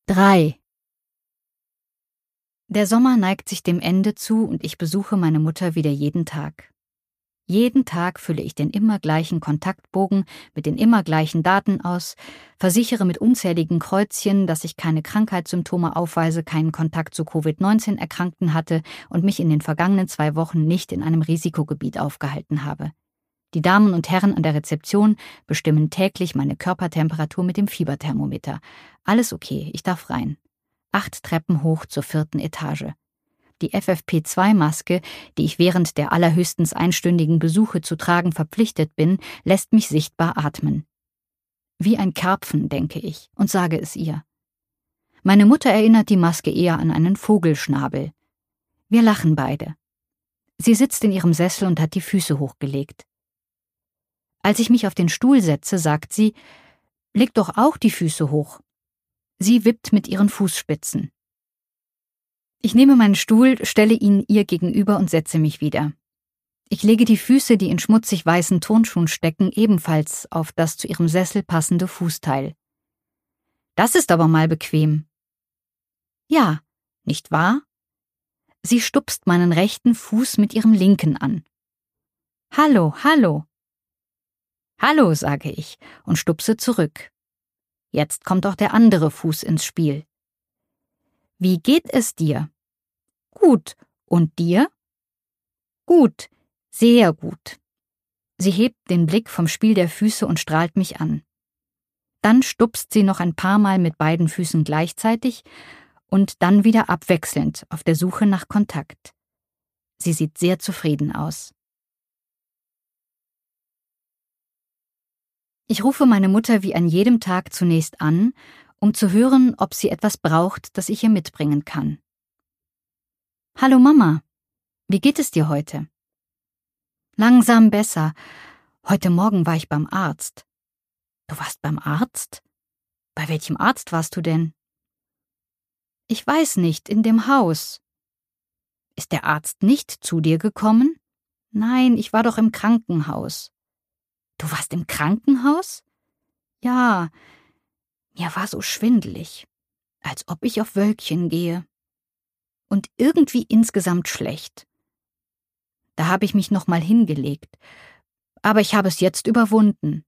3. Der Sommer neigt sich dem Ende zu und ich besuche meine Mutter wieder jeden Tag. Jeden Tag fülle ich den immer gleichen Kontaktbogen mit den immer gleichen Daten aus, versichere mit unzähligen Kreuzchen, dass ich keine Krankheitssymptome aufweise, keinen Kontakt zu Covid-19-Erkrankten hatte und mich in den vergangenen 2 Wochen nicht in einem Risikogebiet aufgehalten habe. Die Damen und Herren an der Rezeption bestimmen täglich meine Körpertemperatur mit dem Fieberthermometer. Alles okay, ich darf rein. 8 Treppen hoch zur 4. Etage. Die FFP2-Maske, die ich während der allerhöchstens einstündigen Besuche zu tragen verpflichtet bin, lässt mich sichtbar atmen. Wie ein Karpfen, denke ich, und sage es ihr. Meine Mutter erinnert die Maske eher an einen Vogelschnabel. Wir lachen beide. Sie sitzt in ihrem Sessel und hat die Füße hochgelegt. Als ich mich auf den Stuhl setze, sagt sie, leg doch auch die Füße hoch. Sie wippt mit ihren Fußspitzen. Ich nehme meinen Stuhl, stelle ihn ihr gegenüber und setze mich wieder. Ich lege die Füße, die in schmutzig weißen Turnschuhen stecken, ebenfalls auf das zu ihrem Sessel passende Fußteil. Das ist aber mal bequem. Ja, nicht wahr? Sie stupst meinen rechten Fuß mit ihrem linken an. Hallo, hallo. Hallo, sage ich und stupse zurück. Jetzt kommt auch der andere Fuß ins Spiel. Wie geht es dir? Gut. Und dir? Gut, sehr gut. Sie hebt den Blick vom Spiel der Füße und strahlt mich an. Dann stupst sie noch ein paar Mal mit beiden Füßen gleichzeitig und dann wieder abwechselnd auf der Suche nach Kontakt. Sie sieht sehr zufrieden aus. Ich rufe meine Mutter wie an jedem Tag zunächst an, um zu hören, ob sie etwas braucht, das ich ihr mitbringen kann. Hallo Mama, wie geht es dir heute? Langsam besser. Heute Morgen war ich beim Arzt. Du warst beim Arzt? Bei welchem Arzt warst du denn? Ich weiß nicht, in dem Haus. Ist der Arzt nicht zu dir gekommen? Nein, ich war doch im Krankenhaus. Du warst im Krankenhaus? Ja, mir war so schwindelig, als ob ich auf Wölkchen gehe. Und irgendwie insgesamt schlecht. Da habe ich mich noch mal hingelegt, aber ich habe es jetzt überwunden.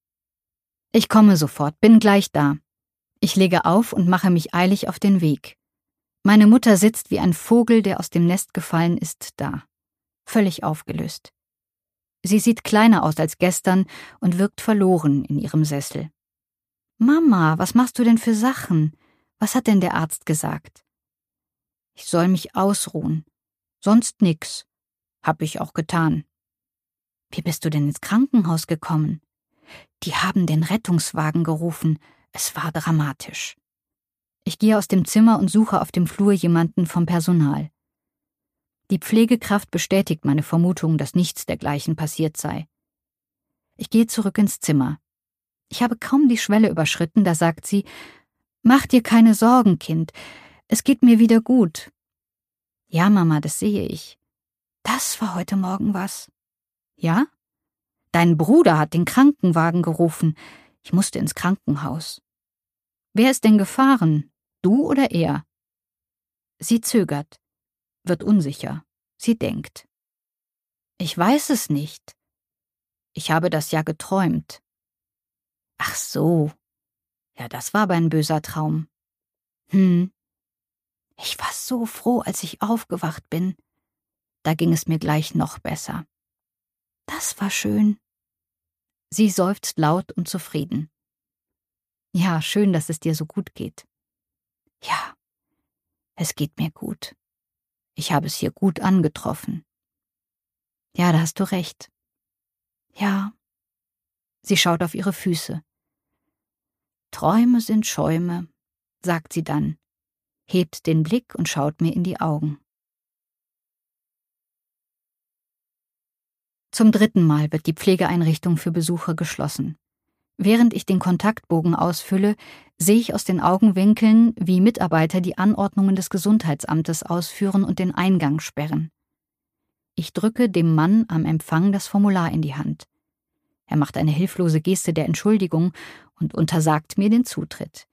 Ich komme sofort, bin gleich da. Ich lege auf und mache mich eilig auf den Weg. Meine Mutter sitzt wie ein Vogel, der aus dem Nest gefallen ist, da, völlig aufgelöst. Sie sieht kleiner aus als gestern und wirkt verloren in ihrem Sessel. Mama, was machst du denn für Sachen? Was hat denn der Arzt gesagt? Ich soll mich ausruhen. Sonst nix. Hab ich auch getan. Wie bist du denn ins Krankenhaus gekommen? Die haben den Rettungswagen gerufen. Es war dramatisch. Ich gehe aus dem Zimmer und suche auf dem Flur jemanden vom Personal. Die Pflegekraft bestätigt meine Vermutung, dass nichts dergleichen passiert sei. Ich gehe zurück ins Zimmer. Ich habe kaum die Schwelle überschritten, da sagt sie, »Mach dir keine Sorgen, Kind. Es geht mir wieder gut.« »Ja, Mama, das sehe ich.« »Das war heute Morgen was.« »Ja? Dein Bruder hat den Krankenwagen gerufen. Ich musste ins Krankenhaus.« »Wer ist denn gefahren? Du oder er?« Sie zögert, wird unsicher. Sie denkt. »Ich weiß es nicht. Ich habe das ja geträumt.« »Ach so. Ja, das war aber ein böser Traum.« Ich war so froh, als ich aufgewacht bin. Da ging es mir gleich noch besser. Das war schön. Sie seufzt laut und zufrieden. Ja, schön, dass es dir so gut geht. Ja, es geht mir gut. Ich habe es hier gut angetroffen. Ja, da hast du recht. Ja. Sie schaut auf ihre Füße. Träume sind Schäume, sagt sie dann, hebt den Blick und schaut mir in die Augen. Zum 3. Mal wird die Pflegeeinrichtung für Besucher geschlossen. Während ich den Kontaktbogen ausfülle, sehe ich aus den Augenwinkeln, wie Mitarbeiter die Anordnungen des Gesundheitsamtes ausführen und den Eingang sperren. Ich drücke dem Mann am Empfang das Formular in die Hand. Er macht eine hilflose Geste der Entschuldigung und untersagt mir den Zutritt.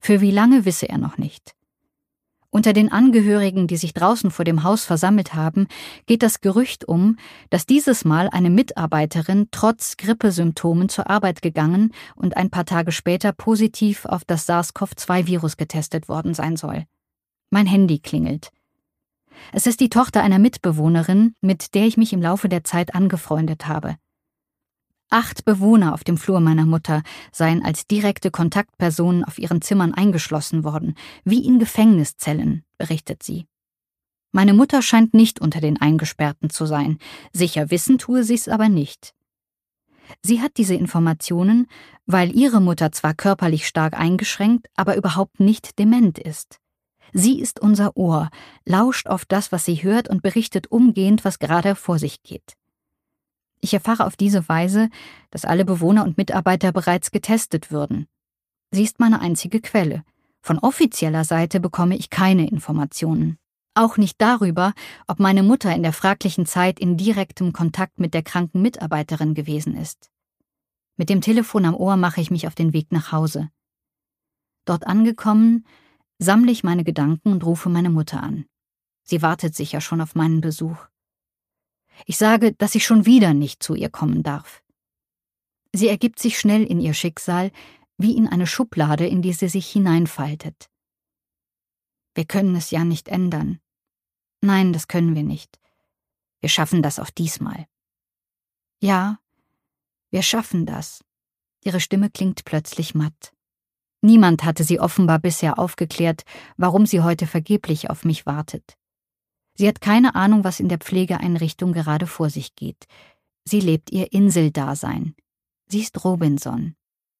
Für wie lange wisse er noch nicht. Unter den Angehörigen, die sich draußen vor dem Haus versammelt haben, geht das Gerücht um, dass dieses Mal eine Mitarbeiterin trotz Grippesymptomen zur Arbeit gegangen und ein paar Tage später positiv auf das SARS-CoV-2-Virus getestet worden sein soll. Mein Handy klingelt. Es ist die Tochter einer Mitbewohnerin, mit der ich mich im Laufe der Zeit angefreundet habe. 8 Bewohner auf dem Flur meiner Mutter seien als direkte Kontaktpersonen auf ihren Zimmern eingeschlossen worden, wie in Gefängniszellen, berichtet sie. Meine Mutter scheint nicht unter den Eingesperrten zu sein, sicher wissen tue sie es aber nicht. Sie hat diese Informationen, weil ihre Mutter zwar körperlich stark eingeschränkt, aber überhaupt nicht dement ist. Sie ist unser Ohr, lauscht auf das, was sie hört und berichtet umgehend, was gerade vor sich geht. Ich erfahre auf diese Weise, dass alle Bewohner und Mitarbeiter bereits getestet würden. Sie ist meine einzige Quelle. Von offizieller Seite bekomme ich keine Informationen. Auch nicht darüber, ob meine Mutter in der fraglichen Zeit in direktem Kontakt mit der kranken Mitarbeiterin gewesen ist. Mit dem Telefon am Ohr mache ich mich auf den Weg nach Hause. Dort angekommen, sammle ich meine Gedanken und rufe meine Mutter an. Sie wartet sicher schon auf meinen Besuch. Ich sage, dass ich schon wieder nicht zu ihr kommen darf. Sie ergibt sich schnell in ihr Schicksal, wie in eine Schublade, in die sie sich hineinfaltet. Wir können es ja nicht ändern. Nein, das können wir nicht. Wir schaffen das auch diesmal. Ja, wir schaffen das. Ihre Stimme klingt plötzlich matt. Niemand hatte sie offenbar bisher aufgeklärt, warum sie heute vergeblich auf mich wartet. Sie hat keine Ahnung, was in der Pflegeeinrichtung gerade vor sich geht. Sie lebt ihr Inseldasein. Sie ist Robinson.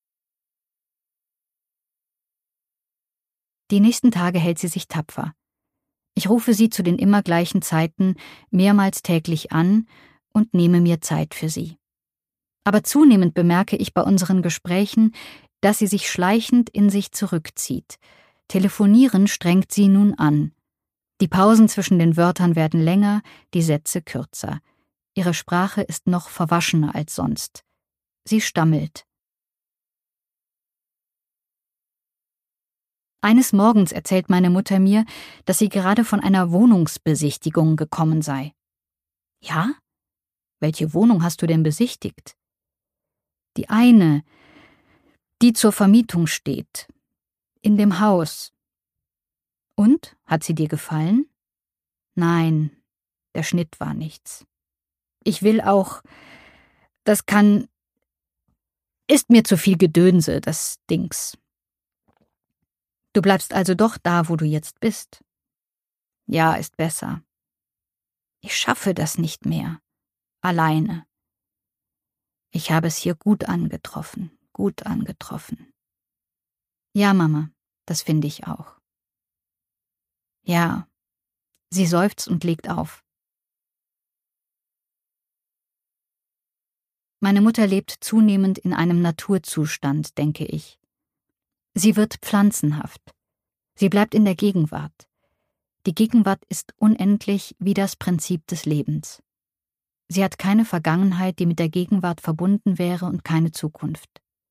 Die nächsten Tage hält sie sich tapfer. Ich rufe sie zu den immer gleichen Zeiten mehrmals täglich an und nehme mir Zeit für sie. Aber zunehmend bemerke ich bei unseren Gesprächen, dass sie sich schleichend in sich zurückzieht. Telefonieren strengt sie nun an. Die Pausen zwischen den Wörtern werden länger, die Sätze kürzer. Ihre Sprache ist noch verwaschener als sonst. Sie stammelt. Eines Morgens erzählt meine Mutter mir, dass sie gerade von einer Wohnungsbesichtigung gekommen sei. Ja? Welche Wohnung hast du denn besichtigt? Die eine, die zur Vermietung steht. In dem Haus. Und? Hat sie dir gefallen? Nein, der Schnitt war nichts. Ich will auch, ist mir zu viel Gedönse, das Dings. Du bleibst also doch da, wo du jetzt bist. Ja, ist besser. Ich schaffe das nicht mehr. Alleine. Ich habe es hier gut angetroffen. Ja, Mama, das finde ich auch. Ja, sie seufzt und legt auf. Meine Mutter lebt zunehmend in einem Naturzustand, denke ich. Sie wird pflanzenhaft. Sie bleibt in der Gegenwart. Die Gegenwart ist unendlich wie das Prinzip des Lebens. Sie hat keine Vergangenheit, die mit der Gegenwart verbunden wäre, und keine Zukunft.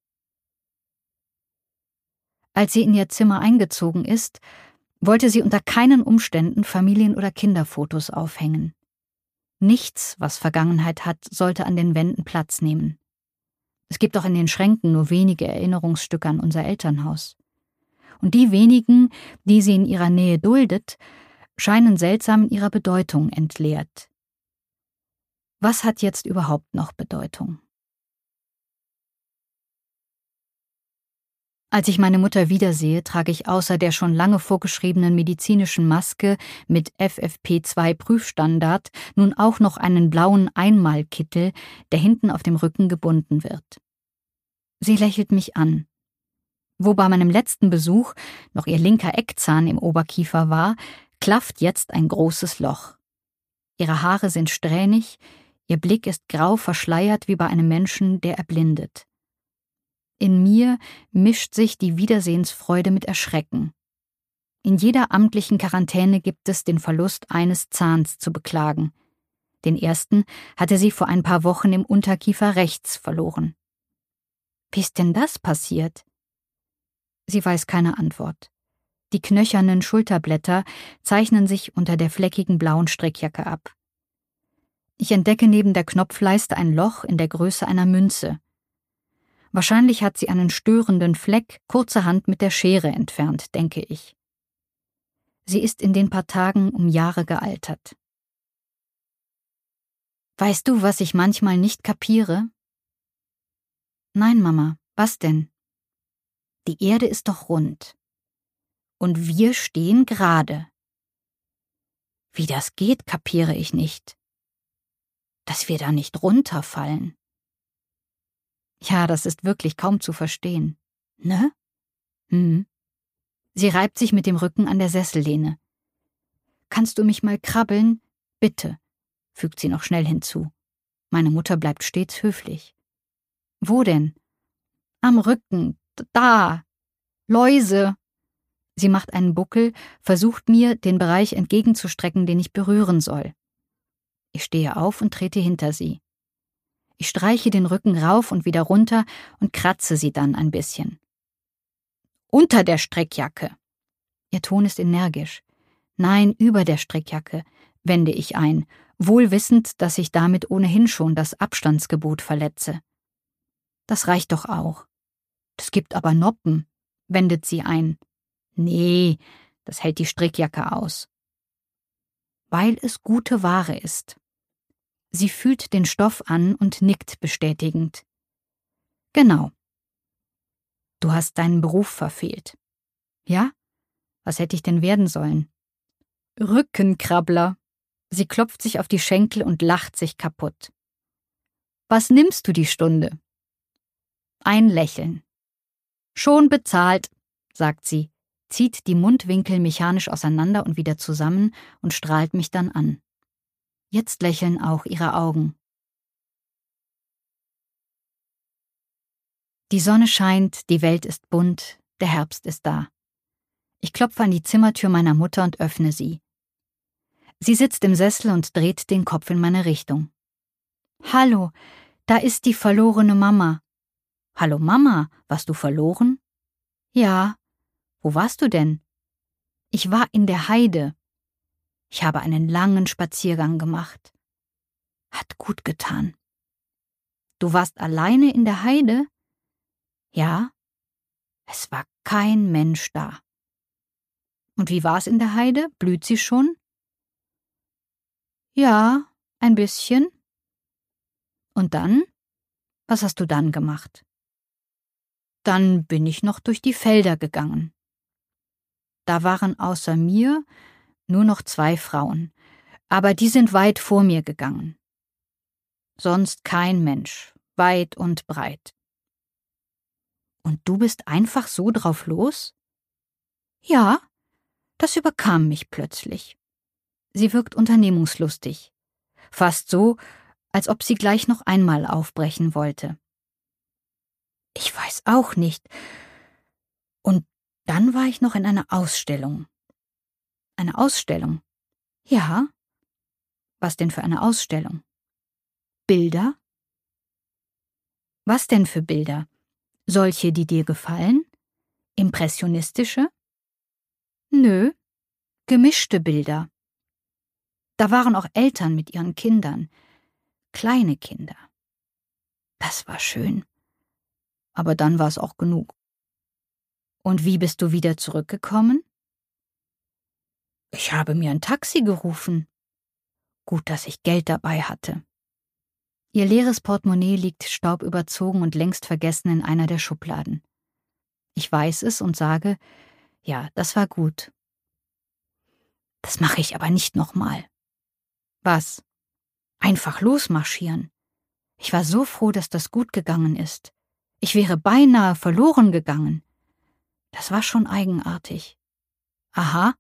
Als sie in ihr Zimmer eingezogen ist, wollte sie unter keinen Umständen Familien- oder Kinderfotos aufhängen. Nichts, was Vergangenheit hat, sollte an den Wänden Platz nehmen. Es gibt auch in den Schränken nur wenige Erinnerungsstücke an unser Elternhaus. Und die wenigen, die sie in ihrer Nähe duldet, scheinen seltsam in ihrer Bedeutung entleert. Was hat jetzt überhaupt noch Bedeutung? Als ich meine Mutter wiedersehe, trage ich außer der schon lange vorgeschriebenen medizinischen Maske mit FFP2-Prüfstandard nun auch noch einen blauen Einmalkittel, der hinten auf dem Rücken gebunden wird. Sie lächelt mich an. Wo bei meinem letzten Besuch noch ihr linker Eckzahn im Oberkiefer war, klafft jetzt ein großes Loch. Ihre Haare sind strähnig, ihr Blick ist grau verschleiert wie bei einem Menschen, der erblindet. In mir mischt sich die Wiedersehensfreude mit Erschrecken. In jeder amtlichen Quarantäne gibt es den Verlust eines Zahns zu beklagen. Den ersten hatte sie vor ein paar Wochen im Unterkiefer rechts verloren. Wie ist denn das passiert? Sie weiß keine Antwort. Die knöchernen Schulterblätter zeichnen sich unter der fleckigen blauen Strickjacke ab. Ich entdecke neben der Knopfleiste ein Loch in der Größe einer Münze. Wahrscheinlich hat sie einen störenden Fleck kurzerhand mit der Schere entfernt, denke ich. Sie ist in den paar Tagen um Jahre gealtert. Weißt du, was ich manchmal nicht kapiere? Nein, Mama, was denn? Die Erde ist doch rund. Und wir stehen gerade. Wie das geht, kapiere ich nicht. Dass wir da nicht runterfallen. Ja, das ist wirklich kaum zu verstehen. Ne? Sie reibt sich mit dem Rücken an der Sessellehne. Kannst du mich mal krabbeln? Bitte, fügt sie noch schnell hinzu. Meine Mutter bleibt stets höflich. Wo denn? Am Rücken, da. Läuse. Sie macht einen Buckel, versucht mir, den Bereich entgegenzustrecken, den ich berühren soll. Ich stehe auf und trete hinter sie. Ich streiche den Rücken rauf und wieder runter und kratze sie dann ein bisschen. Unter der Strickjacke. Ihr Ton ist energisch. Nein, über der Strickjacke, wende ich ein, wohl wissend, dass ich damit ohnehin schon das Abstandsgebot verletze. Das reicht doch auch. Das gibt aber Noppen, wendet sie ein. Nee, das hält die Strickjacke aus. Weil es gute Ware ist. Sie fühlt den Stoff an und nickt bestätigend. Genau. Du hast deinen Beruf verfehlt. Ja? Was hätte ich denn werden sollen? Rückenkrabbler. Sie klopft sich auf die Schenkel und lacht sich kaputt. Was nimmst du die Stunde? Ein Lächeln. Schon bezahlt, sagt sie, zieht die Mundwinkel mechanisch auseinander und wieder zusammen und strahlt mich dann an. Jetzt lächeln auch ihre Augen. Die Sonne scheint, die Welt ist bunt, der Herbst ist da. Ich klopfe an die Zimmertür meiner Mutter und öffne sie. Sie sitzt im Sessel und dreht den Kopf in meine Richtung. Hallo, da ist die verlorene Mama. Hallo Mama, warst du verloren? Ja. Wo warst du denn? Ich war in der Heide. Ich habe einen langen Spaziergang gemacht. Hat gut getan. Du warst alleine in der Heide? Ja. Es war kein Mensch da. Und wie war's in der Heide? Blüht sie schon? Ja, ein bisschen. Und dann? Was hast du dann gemacht? Dann bin ich noch durch die Felder gegangen. Da waren außer mir nur noch 2 Frauen, aber die sind weit vor mir gegangen. Sonst kein Mensch, weit und breit. Und du bist einfach so drauf los? Ja, das überkam mich plötzlich. Sie wirkt unternehmungslustig, fast so, als ob sie gleich noch einmal aufbrechen wollte. Ich weiß auch nicht. Und dann war ich noch in einer Ausstellung. Eine Ausstellung? Ja. Was denn für eine Ausstellung? Bilder? Was denn für Bilder? Solche, die dir gefallen? Impressionistische? Nö, gemischte Bilder. Da waren auch Eltern mit ihren Kindern. Kleine Kinder. Das war schön. Aber dann war es auch genug. Und wie bist du wieder zurückgekommen? Ich habe mir ein Taxi gerufen. Gut, dass ich Geld dabei hatte. Ihr leeres Portemonnaie liegt staubüberzogen und längst vergessen in einer der Schubladen. Ich weiß es und sage, ja, das war gut. Das mache ich aber nicht nochmal. Was? Einfach losmarschieren. Ich war so froh, dass das gut gegangen ist. Ich wäre beinahe verloren gegangen. Das war schon eigenartig. Aha.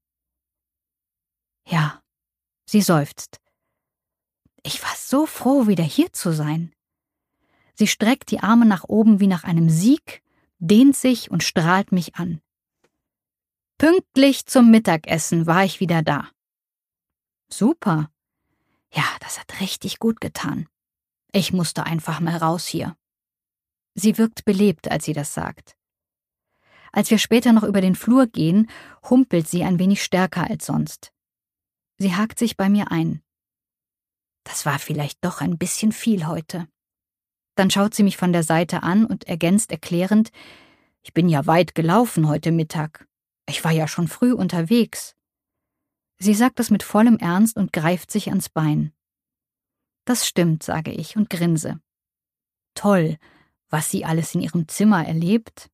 Ja, sie seufzt. Ich war so froh, wieder hier zu sein. Sie streckt die Arme nach oben wie nach einem Sieg, dehnt sich und strahlt mich an. Pünktlich zum Mittagessen war ich wieder da. Super. Ja, das hat richtig gut getan. Ich musste einfach mal raus hier. Sie wirkt belebt, als sie das sagt. Als wir später noch über den Flur gehen, humpelt sie ein wenig stärker als sonst. Sie hakt sich bei mir ein. Das war vielleicht doch ein bisschen viel heute. Dann schaut sie mich von der Seite an und ergänzt erklärend: Ich bin ja weit gelaufen heute Mittag. Ich war ja schon früh unterwegs. Sie sagt das mit vollem Ernst und greift sich ans Bein. Das stimmt, sage ich und grinse. Toll, was sie alles in ihrem Zimmer erlebt.